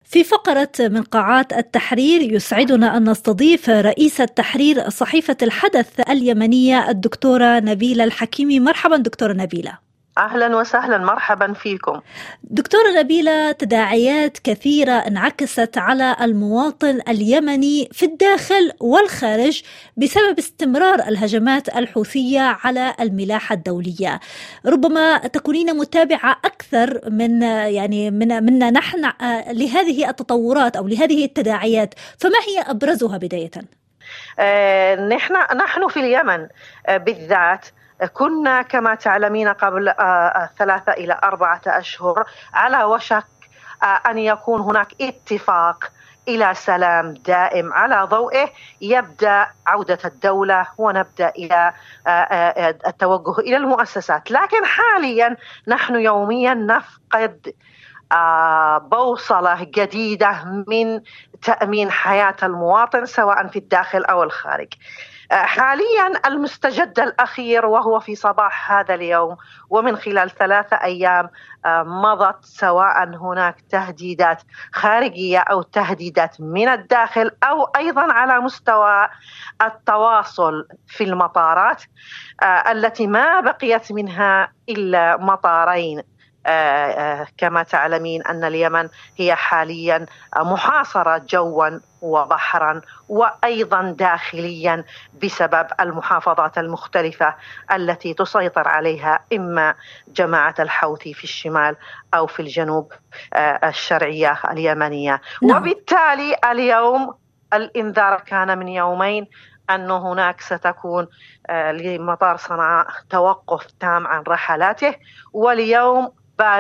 في فقرة من قاعات التحرير يسعدنا أن نستضيف رئيسة تحرير صحيفة الحدث اليمنية الدكتورة نبيلة الحكيمي. مرحبا دكتورة نبيلة. أهلا وسهلا، مرحبا فيكم. دكتورة نبيلة، تداعيات كثيرة انعكست على المواطن اليمني في الداخل والخارج بسبب استمرار الهجمات الحوثية على الملاحة الدولية. ربما تكونين متابعة أكثر منا نحن لهذه التطورات أو لهذه التداعيات، فما هي أبرزها بداية؟ نحن في اليمن بالذات كنا كما تعلمين قبل 3 إلى 4 أشهر على وشك أن يكون هناك اتفاق إلى سلام دائم على ضوئه يبدأ عودة الدولة ونبدأ إلى التوجه إلى المؤسسات. لكن حاليا نحن يوميا نفقد بوصلة جديدة من تأمين حياة المواطن سواء في الداخل أو الخارج. حاليا المستجد الأخير وهو في صباح هذا اليوم ومن خلال 3 أيام مضت، سواء هناك تهديدات خارجية أو تهديدات من الداخل أو أيضا على مستوى التواصل في المطارات التي ما بقيت منها إلا مطارين. كما تعلمين أن اليمن هي حاليا محاصرة جوا وبحرا وأيضا داخليا بسبب المحافظات المختلفة التي تسيطر عليها إما جماعة الحوثي في الشمال أو في الجنوب الشرعية اليمنية. وبالتالي اليوم الإنذار كان من يومين أن هناك ستكون لمطار صنعاء توقف تام عن رحلاته، واليوم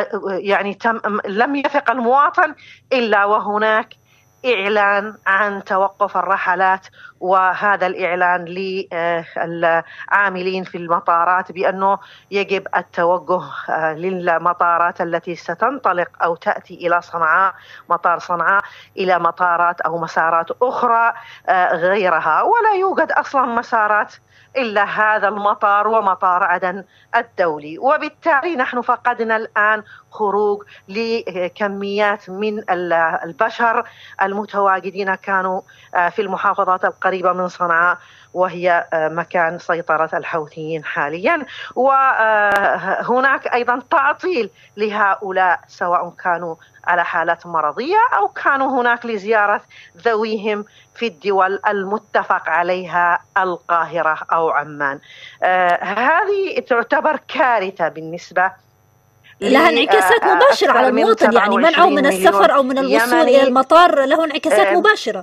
لم يثق المواطن إلا وهناك إعلان عن توقف الرحلات، وهذا الإعلان للعاملين في المطارات بأنه يجب التوجه للمطارات التي ستنطلق أو تأتي إلى صنعاء، مطار صنعاء، إلى مطارات أو مسارات أخرى غيرها، ولا يوجد أصلا مسارات إلا هذا المطار ومطار عدن الدولي. وبالتالي نحن فقدنا الآن خروج لكميات من البشر المتواجدين كانوا في المحافظات القريبة من صنعاء وهي مكان سيطرة الحوثيين حاليا. وهناك أيضا تعطيل لهؤلاء سواء كانوا على حالات مرضية أو كانوا هناك لزيارة ذويهم في الدول المتفق عليها القاهرة أو عمان. هذه تعتبر كارثة بالنسبة لها انعكاسات مباشرة على المواطن، يعني منعه من السفر أو من الوصول إلى المطار له انعكاسات مباشرة،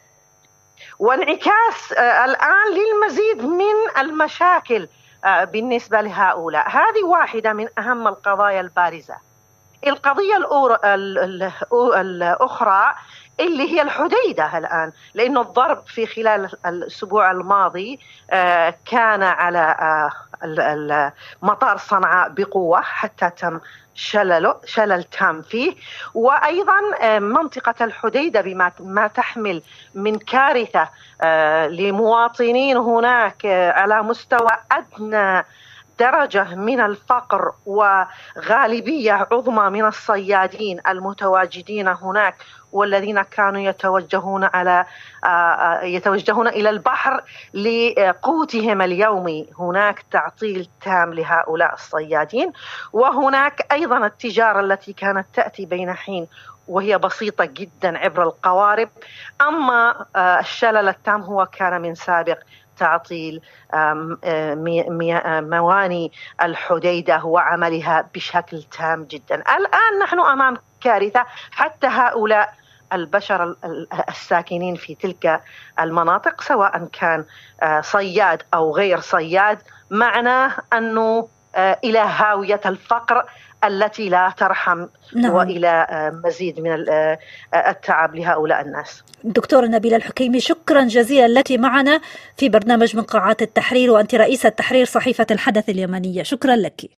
وانعكاس الآن للمزيد من المشاكل بالنسبة لهؤلاء. هذه واحدة من أهم القضايا البارزة. القضية الأخرى اللي هي الحديدة الآن، لأنه الضرب في خلال الأسبوع الماضي كان على مطار صنعاء بقوة حتى تم شلل تام فيه، وأيضا منطقة الحديدة بما تحمل من كارثة لمواطنين هناك على مستوى أدنى درجة من الفقر، وغالبية عظمى من الصيادين المتواجدين هناك والذين كانوا يتوجهون إلى البحر لقوتهم اليومي. هناك تعطيل تام لهؤلاء الصيادين، وهناك أيضا التجارة التي كانت تأتي بين حين وهي بسيطة جدا عبر القوارب. أما الشلل التام هو كان من سابق تعطيل مواني الحديدة وعملها بشكل تام جدا. الآن نحن أمام كارثة. حتى هؤلاء البشر الساكنين في تلك المناطق سواء كان صياد أو غير صياد، معناه أنه إلى هاوية الفقر التي لا ترحم. وإلى مزيد من التعب لهؤلاء الناس. دكتورة نبيلة الحكيمي، شكرا جزيلا لك معنا في برنامج من قاعات التحرير، وأنت رئيسة تحرير صحيفة الحدث اليمنية. شكرا لك.